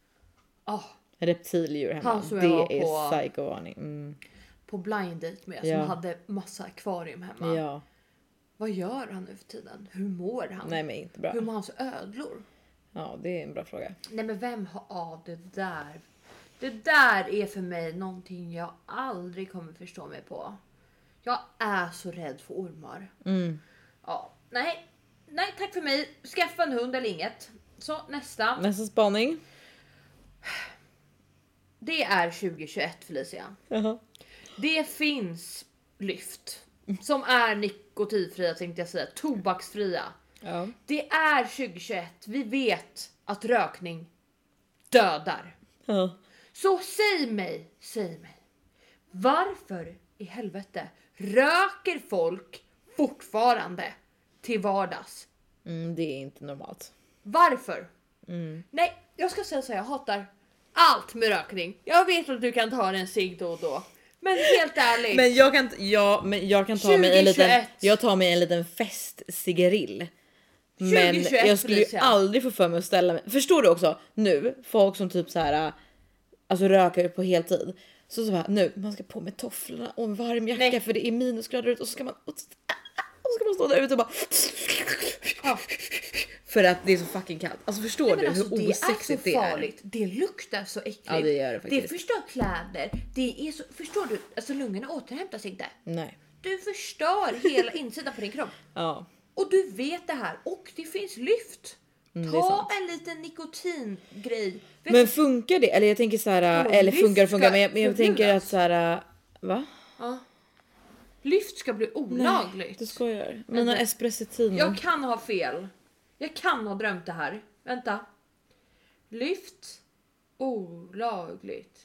Åh. Reptildjur hemma. Han som Det jag var är på- psykovarning. Mm. På blind date med Ja. som hade massa akvarium hemma. Ja, Vad gör han nu för tiden? Hur mår han? nej men inte bra. Hur mår hans ödlor? Ja, det är en bra fråga. Nej men vem har av det där? Det där är för mig någonting jag aldrig kommer förstå mig på. Jag är så rädd för ormar. Mm. Ja, nej. Nej tack för mig. Skaffa en hund eller inget. Så nästa. Nästa spaning. Det är tjugohundratjugoett Felicia. Jaha. Det finns lyft. Som är nikotinfria tänkte jag säga. Tobaksfria. Ja. Det är tjugohundratjugoett. Vi vet att rökning dödar. Ja. Så säg mig, säg mig. Varför i helvete röker folk fortfarande till vardags? Mm, det är inte normalt. Varför? Mm. Nej, jag ska säga så här, jag hatar allt med rökning. Jag vet att du kan ta en cigg då och då. Men helt ärligt. Men jag kan, ja, men jag kan ta mig en liten, tjugohundratjugoett. jag tar mig en liten festcigarill. Men tjugohundratjugoett jag skulle ju Felicia. aldrig få för mig att ställa mig. Förstår du också nu folk som typ så här, alltså röker på heltid. Så så här, nu man ska på med tofflorna och en varm jacka Nej. för det är minusgrader ut och så ska man och så, och så ska man stå där ute och bara Ja. för att det är så fucking kallt. Alltså förstår Nej, men du alltså, hur det är så osexigt det är? farligt. Det luktar så äckligt. Ja, det gör det faktiskt. Det förstör kläder. Det är så, förstår du? Alltså lungorna återhämtar sig inte. Nej. Du förstör hela insidan på din kropp. Ja. Och du vet det här. Och det finns lyft. Mm, det är Ta sant. en liten nikotingrej. Vet Men du- funkar det? Eller jag tänker så här, Vadå, eller funkar lyft funkar ska men jag, men jag tänker förbjudas? att så här, va? Ja. Lyft ska bli olagligt. Du skojar. Mina espressetino. Jag kan ha fel. Jag kan ha drömt det här. Vänta. Lyft olagligt.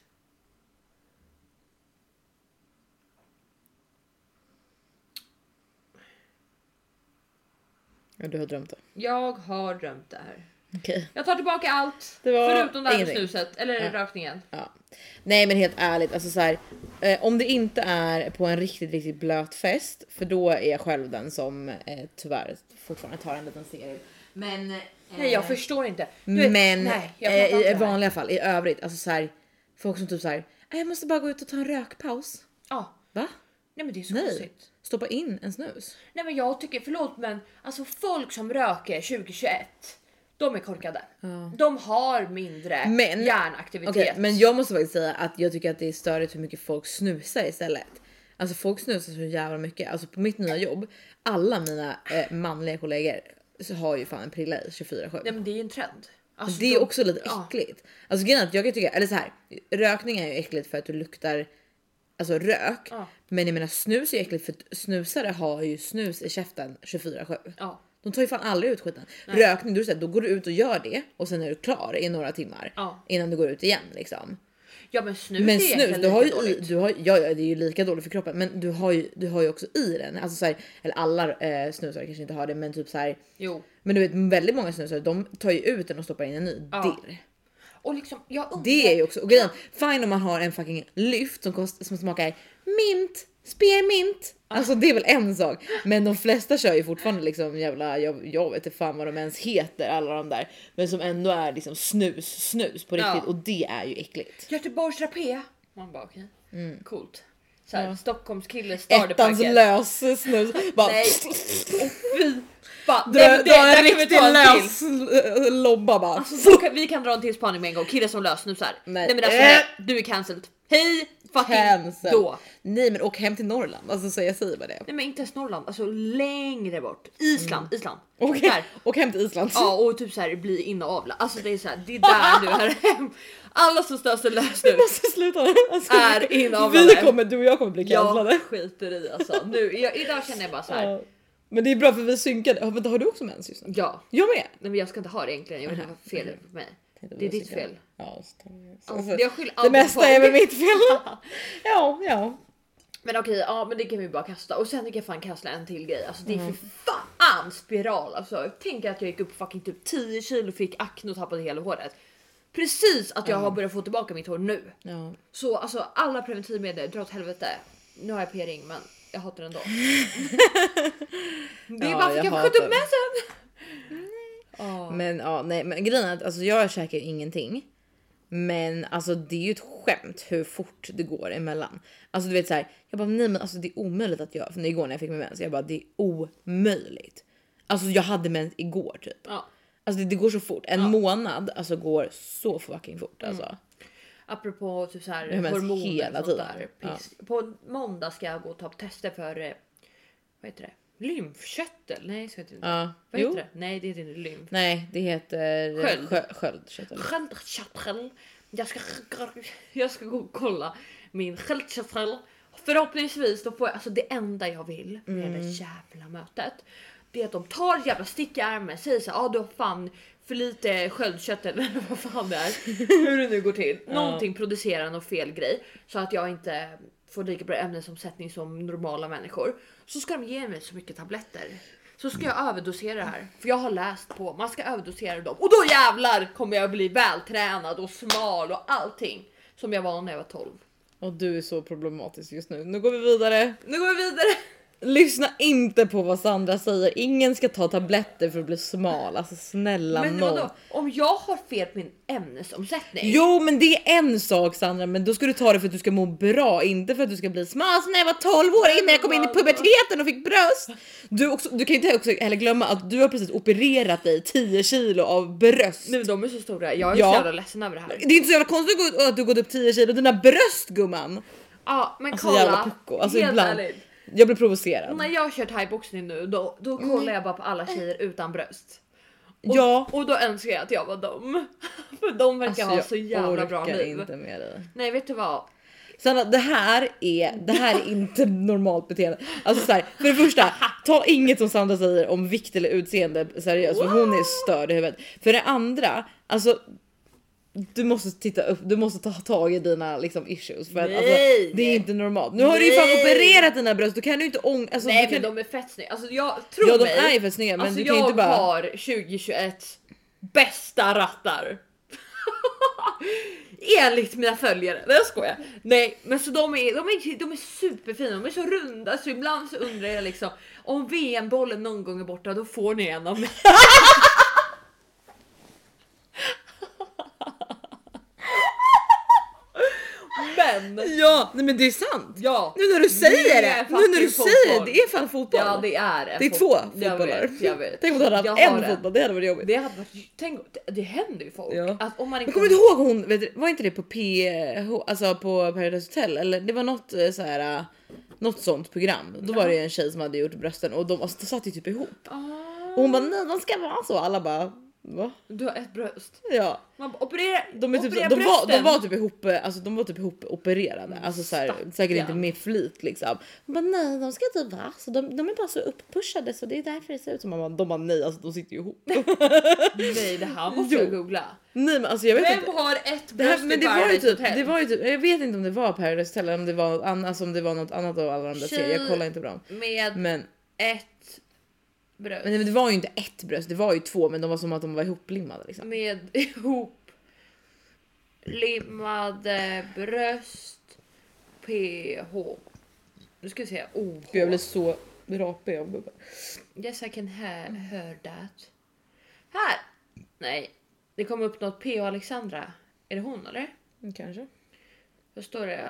Ja, du har drömt det. Jag har drömt det här. Okej. Jag tar tillbaka allt. Det var förutom det här med ingenting. snuset. Eller Ja. rökningen. Ja. Nej men helt ärligt, alltså så här, eh, om det inte är på en riktigt riktigt blöt fest, för då är jag själv den som eh, tyvärr fortfarande tar en liten serie. Men eh, Nej jag förstår inte. Du vet, men nej, jag eh, fattar inte i det här. vanliga fall i övrigt, alltså så här, folk som typ så här, "Ah, jag måste bara gå ut och ta en rökpaus." Ja. Va? Nej men det är så Nej. konstigt. Stoppa in en snus. Nej men jag tycker, förlåt men alltså folk som röker tjugohundratjugoett. De är korkade. De har mindre Men- hjärnaktivitet. Okej, men jag måste faktiskt säga att jag tycker att det är störigt hur mycket folk snusar istället. Alltså folk snusar så jävla mycket. Alltså på mitt nya jobb, alla mina eh, manliga kollegor så har ju fan en prilla i tjugofyra sju. Nej men det är ju en trend. Alltså, Det är de- också lite ja. äckligt. Alltså grejen är att jag kan tycka, eller så här, rökning är ju äckligt för att du luktar alltså rök. Ja. Men jag menar snus är äckligt för att snusare har ju snus i käften tjugofyra sju. Ja. De tar ju fan aldrig ut skiten. Rökning, du säger, då går du ut och gör det och sen är du klar i några timmar Ja. innan du går ut igen liksom. Ja men snus Men är snus, egentligen du har ju lika i, dåligt. du har, ja, ja, det är ju lika dåligt för kroppen, men du har ju, du har ju också i den, alltså så här, eller alla eh, snusare kanske inte har det, men typ så här, Jo. men du vet väldigt många snusare, de tar ju ut den och stoppar in en ny. Ja. Dirr. Och liksom jag undrar. Det är ju också, och grejen, fine om man har en fucking lyft som, kost, som smakar mint, spearmint. Alltså det är väl en sak, men de flesta kör ju fortfarande liksom jävla, jag, jag vet inte fan vad de ens heter alla de där, men som ändå är liksom snus, snus på riktigt Ja. och det är ju äckligt. Göteborgs rapé. Man bara okej. Coolt. Så här, Ja. Stockholms kille Ettans starterpacket. lös snus, bara Nej. Och fy. Fan. dra, Nej, men det- dra en där kan vi riktig ta en till. lös eh, lobba bara. Alltså, så kan, vi kan dra en till spaning med en gång. Kille som lösnusar. Nej. Nej men alltså Äh. nej, du är cancelled. Hej fucking Cancel. då. Nej men åk hem till Norrland, alltså så jag säger bara det. Nej men inte ens Norrland, alltså längre bort. Island, Island. Åk, Där. åk hem till Island. Ja och typ så här bli inavla. Alltså det är så här, det är där du är hem. Alla som stör sig lös nu. Vi måste sluta. Alltså, Är inavlade. vi kommer, du och jag kommer bli cancellade. Jag skiter i alltså. Nu, jag, idag känner jag bara så här. Ja. Men det är bra för vi synkade. Ja, men har du också mens just nu? Ja. Jag med. Nej men jag ska inte ha det egentligen. Jag vet inte vad fel det är på mig. Det är ditt fel. Ja, så tar vi- så- Alltså, så- jag skyller det allt mesta på är väl folk. mitt fel. Ja, ja. Men okej, ja men det kan vi bara kasta. Och sen kan jag fan kasta en till grej. Alltså det är Mm. för fan spiral. Alltså jag tänker att jag gick upp fucking typ tio kilo, fick akne och tappade hela håret. Precis att jag har börjat få tillbaka mitt hår nu. Ja. Så alltså alla preventivmedel, dra åt helvete. Nu har jag p-ring men jag hatar den ändå. Det är Ja, bara för att jag jag får hatar skjuta upp den. mensen. Oh. Men ja, nej, men grejen är att alltså, jag käkar ingenting. Men alltså det är ju ett skämt hur fort det går emellan. Alltså du vet så här, jag bara nej men alltså det är omöjligt att jag, för igår när jag fick min mens, jag bara det är omöjligt. Alltså jag hade mens igår typ. Ja. Alltså det, det går så fort, en Ja. månad alltså går så fucking fort alltså. Apropå typ så Jag här har mens hormoner hela och sånt tiden. där. Ja. Piss. På måndag ska jag gå och ta tester för eh, vad heter det? Lymfkörtel? Nej, så heter det inte. Ja, Vad jo. heter det? Nej, det heter inte lymf. Nej, det heter Sköld. skö- sköldkörtel. Sköldkörtel. Jag ska, jag ska gå och kolla min sköldkörtel. Förhoppningsvis då får jag, alltså det enda jag vill med Mm. det jävla mötet. det är att de tar ett jävla stick i armen, säger så ja ah, du har fan för lite sköldkött eller vad fan det är. Hur det nu går till. Någonting producerar någon fel grej så att jag inte får lika bra ämnesomsättning som normala människor. Så ska de ge mig så mycket tabletter. Så ska jag överdosera det här. För jag har läst på, man ska överdosera dem. Och då jävlar kommer jag bli vältränad och smal och allting. Som jag var när jag var tolv. Och du är så problematisk just nu. Nu går vi vidare. Nu går vi vidare. Lyssna inte på vad Sandra säger. Ingen ska ta tabletter för att bli smal. Alltså snälla Men någon. vadå? Om jag har fel på min ämnesomsättning. Jo men det är en sak Sandra. Men då ska du ta det för att du ska må bra. Inte för att du ska bli smal som när jag var tolv år innan jag kom in i puberteten och fick bröst. Du, också, du kan ju inte också heller glömma att du har precis opererat dig tio kilo av bröst. Nu de är så stora. Jag är Ja. så jävla ledsen över det här. Det är inte så jävla konstigt att du gått upp tio kilo. Dina bröst gumman. Ja men Alltså kolla. jävla pucko. Alltså helt ibland. ärligt. Jag blir provocerad. När jag kör thaiboxning nu då, då kollar jag bara på alla tjejer utan bröst. Och, Ja. och då önskar jag att jag var dem. För de verkar Alltså, ha jag så jävla bra orkar liv. inte med dig. Nej vet du vad? Sanna, det här är det här är inte normalt beteende. Alltså så här, för det första, ta inget som Sandra säger om vikt eller utseende seriöst, för hon är störd i huvudet. För det andra, alltså du måste titta upp, du måste ta tag i dina liksom issues för att alltså, Nej. det är inte normalt. Nu har du ju fan Nej. opererat dina bröst, då kan du inte ång alltså, Nej du kan... men de är fett snygga. Alltså jag tror Ja de mig. är ju för snygga men Alltså du kan jag ju inte bara har tjugo tjugoett bästa rattar. Enligt mina följare. Nej jag skojar. Nej men så de är, de är, de är superfina. De är så runda så ibland så undrar jag liksom om V M-bollen någon gång är borta då får ni en av mig. Men ja, nej men det är sant. ja, Nu när du säger det det, är nu när du fucking säger fotboll. det, det är fan fotboll. Ja det är en det är fot- två jag fotbollar. vet, jag vet. Tänk om du hade haft Jag har en det. fotboll, det hade varit jobbigt. Det hade varit, tänk, det, det händer ju folk. Ja. Att om man Men inte kommer du ihåg hon, vet du, var inte det på P H, alltså på Paradise Hotel eller det var något eh, så här eh, något sånt program. Då var det ju en tjej som hade gjort brösten och de, alltså, de satt ju typ ihop. Ah, Och hon bara nej de ska vara så, alla bara va? du har ett bröst. Ja. Man bara, operera, De, är typ, operera de, var, de brösten. var typ ihop, alltså de var typ ihop opererade, alltså så här, Stackarn. säkert inte med flit liksom. Hon bara nej de ska typ vara så, de, de är bara så upppushade så det är därför det ser ut som man bara, de bara nej alltså de sitter ju ihop. Nej det här måste jag Jo. googla. Nej men alltså jag vet Vem inte. har ett Det, här, bröst men i det var ju Paradise typ, Hotel? det var ju typ, jag vet inte om det var Paradise Hotel eller om det var något annat, alltså om det var något annat av alla de där serier, jag kollar inte på dem. Med Men, ett bröst. men det var ju inte ett bröst, det var ju två men de var som att de var ihoplimmade liksom. Med ihop limmade bröst P H. Nu ska vi se. Oh. Gud, jag blir så rapig av Bubba. Yes I can he- hear that. Här. Nej. Det kom upp något P H Alexandra. Är det hon eller? Kanske. Vad står det?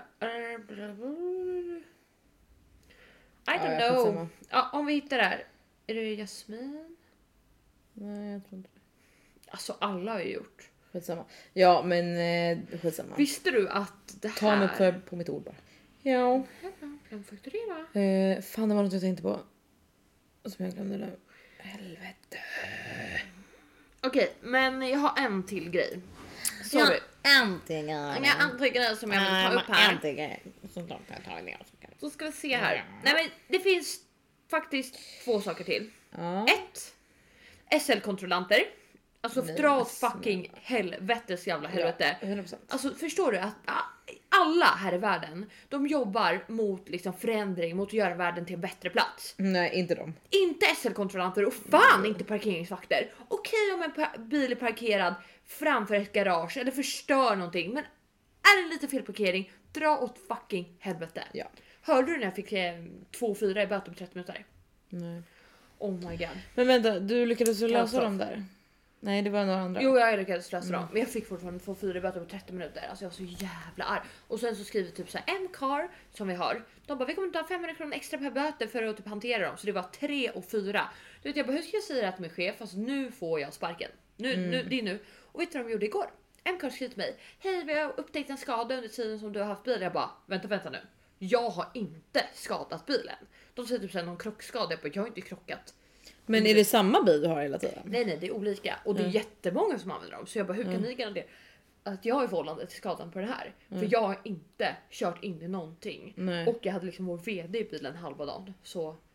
I Ja, don't jag know. skitsamma. Ja, om vi hittar det här. Är det Jasmin? Nej jag tror inte det. Alltså alla har ju gjort. Skitsamma. Ja men eh, skitsamma. Visste du att det här... Ta mig för, på mitt ord bara. Ja. Jag fakturera. Eh, fan det var något jag tänkte på. Som jag glömde nu. Helvete. Okej, men jag har en till grej. Sorry. Antingen. Jag har andra grejer som jag vill ta upp här. Antingen. Så kan jag ta ner. Så ska vi se här. Nej men det finns faktiskt två saker till. Ja. Ett. S L-kontrollanter. Alltså Nej, dra men åt fucking helvetes jävla helvete. hundra procent. Alltså förstår du att ah, alla här i världen, de jobbar mot liksom förändring, mot att göra världen till en bättre plats. Nej inte dem. Inte S L-kontrollanter och fan inte parkeringsvakter. Okej om en pa- bil är parkerad framför ett garage eller förstör någonting, men är det lite fel parkering, dra åt fucking helvete. Ja. Hörde du när jag fick eh, två fyra i böter på trettio minuter? Nej. Oh my god. Men vänta, du lyckades lösa Katastrof. dem där? Nej det var några andra. Jo jag lyckades lösa dem, men jag fick fortfarande två fyra i böter på trettio minuter. Alltså jag var så jävla arg. Och sen så skriver typ så här en car som vi har. De bara vi kommer ta femhundra kronor extra per böter för att typ hantera dem. Så det var tre och fyra. Du vet jag bara hur ska jag säga det här till min chef? Alltså nu får jag sparken. Nu, nu, det är nu. Och vet du vad de gjorde igår? En car skrev till mig. Hej vi har upptäckt en skada under tiden som du har haft bilen. Jag bara vänta vänta nu. Jag har inte skadat bilen. De säger typ såhär någon krockskada. Jag bara jag har inte krockat. Men är det samma bil du har hela tiden? Nej nej det är olika och det är jättemånga som använder dem. Så jag bara hur kan ni garantera att jag är förhållande till skadan på det här? För jag har inte kört in i någonting. Nej. Och jag hade liksom vår vd i bilen halva dagen. Så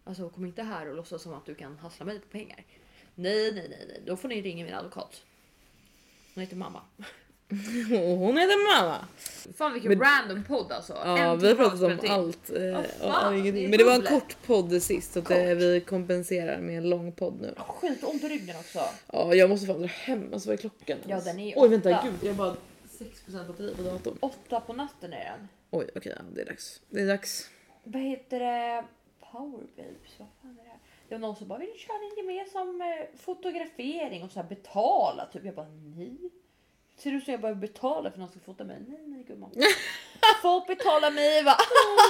Alltså kom inte här och låtsas som att du kan hassla mig på pengar. Nej, nej, nej, nej. Då får ni ringa min advokat. Hon heter mamma. Och hon heter mamma. Fan vilken Men- random podd alltså. Ja, En vi har timme pratat om spelat in. allt. Eh, Vad och fan, ingenting. det är Men det var en bubbel. kort podd sist så att det, vi kompenserar med en lång podd nu. Skit ont i ryggen också. Ja, jag måste fan dra hem. Alltså vad är klockan? Ja, den är Oj, vänta, åtta. gud. Jag har bara sex procent batteri på datorn. Åtta på natten är den. Oj, okej, ja, det är dags. Det är dags. Vad heter det? Power Babes, vad fan är det här? Det var någon som bara, vill du köra en gemensam eh, fotografering och så här betala? Typ jag bara, nej. Ser du som jag bara betala för någon ska fota mig? Nej, nej gumman. Folk betala mig va?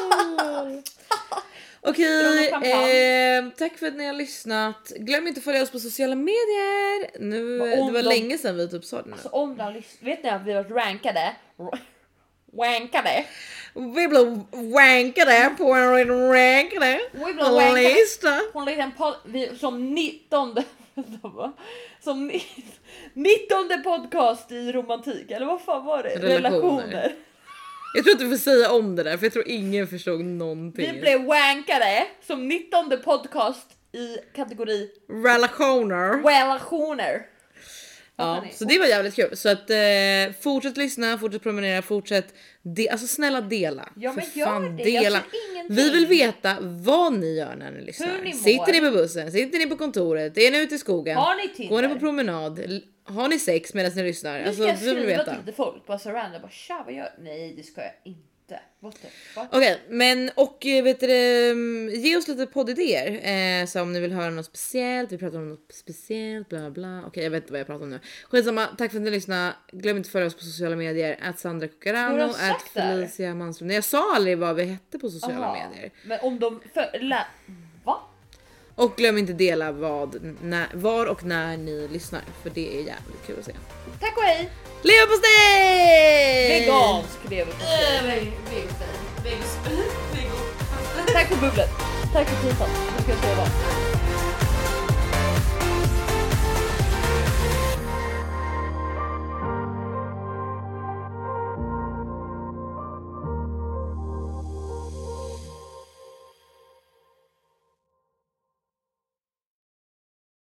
Okej, Dra någon champagne. eh, tack för att ni har lyssnat. Glöm inte att följa oss på sociala medier. Nu, Vad det om var de- länge sedan vi typ sa det nu. Alltså om du har lyssnat, vet ni att vi har varit rankade? Wankade? Vi blev wankade på en liten rankade Vi blev wankade. lista. Hon la en podd, vi, som nittonde som ni- nittonde podcast i romantik, eller vad fan var det? Relationer. Jag tror inte vi får säga om det där för jag tror ingen förstod någonting. Vi blev wankade som nittonde podcast i kategori Relationer. relationer. Ja, så det var jävligt kul. Så att eh, fortsätt lyssna, fortsätt promenera, fortsätt de- alltså snälla dela. Ja, men För gör fan, det. Jag dela. ser ingenting. Vi vill veta vad ni gör när ni lyssnar. Hur ni mår. Sitter ni på bussen? Sitter ni på kontoret? Är ni ute i skogen? Har ni Tinder? Går ni på promenad? L- Har ni sex medan ni lyssnar? Nu Alltså, ska jag vi vill skriva veta. till lite folk bara så random. Bara, tja vad gör nej det ska jag inte. What the fuck? Okej, men och eh, vet du, det, mm, ge oss lite poddidéer. Eh, så om ni vill höra något speciellt, vi pratar om något speciellt, bla bla. Okej, jag vet inte vad jag pratar om nu. Skitsamma, tack för att ni lyssnade. Glöm inte att följa oss på sociala medier. Att Sandra Har Cucarano, de att sagt det här? Felicia Manström. Nej, jag sa aldrig vad vi hette på sociala Aha. medier. Men om de för, lä, va? Och glöm inte dela vad, när, var och när ni lyssnar. För det är jävligt kul att se. Tack och hej! Leverpastej! Vegansk leverpastej. Vegostej. Tack för bubblet. Tack för pipan. Nu ska jag sova.